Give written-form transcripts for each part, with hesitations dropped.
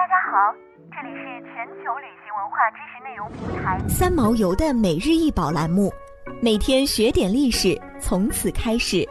家好，这里是全球旅行文化知识内容平台三毛游的每日一宝栏目，每天学点历史，从此开始。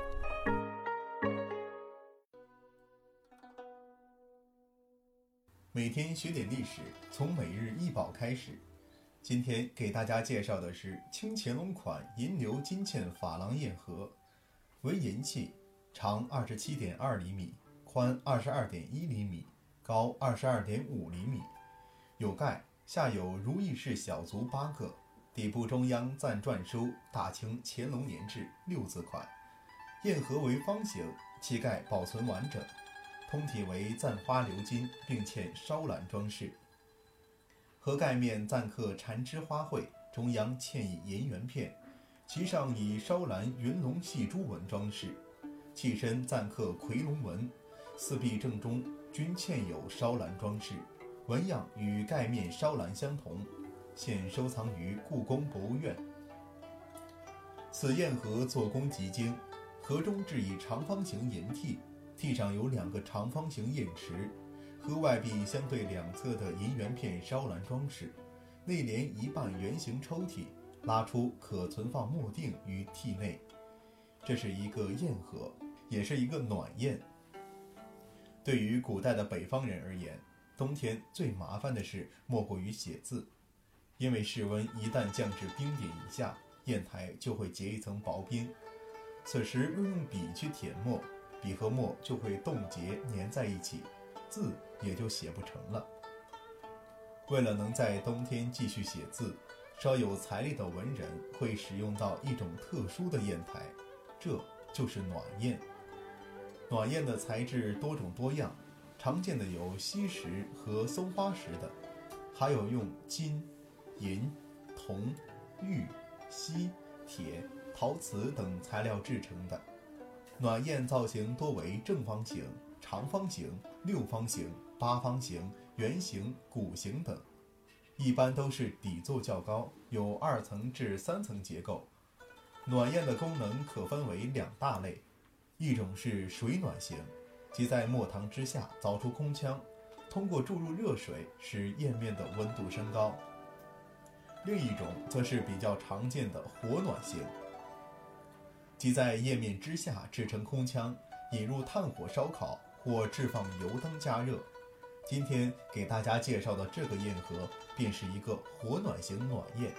每天学点历史，从每日一宝开始。今天给大家介绍的是清乾隆款银鎏金嵌珐琅砚盒，为银器，长27.2厘米，宽22.1厘米，高22.5厘米，有盖，下有如意式小足8个，底部中央暂篆书大清乾隆年制6字款。砚盒为方形，漆盖保存完整，通体为簪花鎏金，并嵌烧蓝装饰。盒盖面暂刻缠枝花卉，中央嵌以银圆片，其上以烧蓝云龙细珠纹装饰，器身暂刻夔龙纹，四壁正中均嵌有烧蓝装饰，纹样与盖面烧蓝相同，现收藏于故宫博物院。此砚盒做工极精，盒中置以长方形银屉，屉上有2个长方形砚池，盒外壁相对两侧的银圆片烧蓝装饰，内连一半圆形抽屉，拉出可存放墨锭于屉内。这是一个砚盒，也是一个暖砚。对于古代的北方人而言，冬天最麻烦的事莫过于写字，因为室温一旦降至冰点以下，砚台就会结一层薄冰。此时若用笔去填墨，笔和墨就会冻结粘在一起，字也就写不成了。为了能在冬天继续写字，稍有财力的文人会使用到一种特殊的砚台，这就是暖砚。暖砚的材质多种多样，常见的有锡石和松花石的，还有用金、银、铜、玉、锡、铁、陶瓷等材料制成的。暖砚造型多为正方形、长方形、六方形、八方形、圆形、鼓形等，一般都是底座较高，有2层至3层结构。暖砚的功能可分为2大类，一种是水暖型，即在墨堂之下凿出空腔，通过注入热水使砚面的温度升高。另一种则是比较常见的火暖型，即在砚面之下制成空腔，引入炭火烧烤或置放油灯加热。今天给大家介绍的这个砚盒便是一个火暖型暖砚。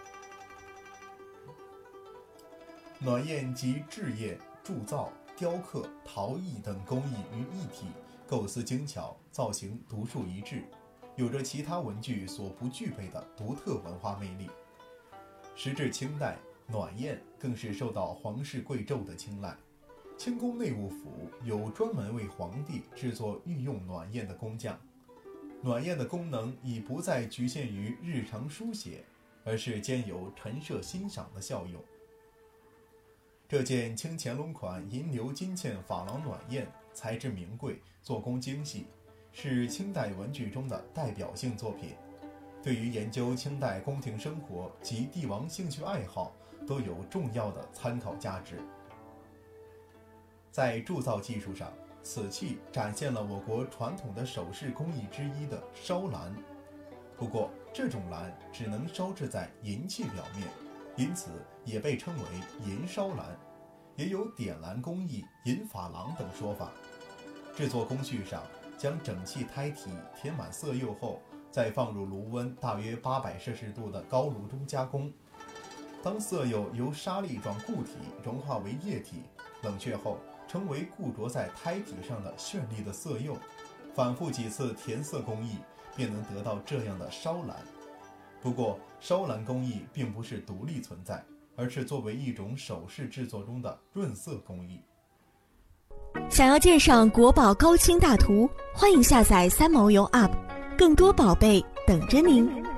暖砚集制砚、铸造、雕刻、陶艺等工艺于一体，构思精巧，造型独树一帜，有着其他文具所不具备的独特文化魅力。时至清代，暖砚更是受到皇室贵胄的青睐。清宫内务府有专门为皇帝制作御用暖砚的工匠。暖砚的功能已不再局限于日常书写，而是兼有陈设欣赏的效用。这件清乾隆款银鎏金嵌珐琅暖砚材质名贵，做工精细，是清代文具中的代表性作品，对于研究清代宫廷生活及帝王兴趣爱好都有重要的参考价值。在铸造技术上，此器展现了我国传统的首饰工艺之一的烧蓝。不过，这种蓝只能烧制在银器表面，因此也被称为银烧蓝，也有点蓝工艺、银珐琅等说法。制作工序上，将整器胎体填满色釉后，再放入炉温大约800摄氏度的高炉中加工。当色釉由沙粒状固体融化为液体，冷却后成为固着在胎体上的绚丽的色釉，反复几次填色工艺，便能得到这样的烧蓝。不过，烧蓝工艺并不是独立存在，而是作为一种首饰制作中的润色工艺。 想要鉴赏国宝高清大图，欢迎下载三毛游 App， 更多宝贝等着您。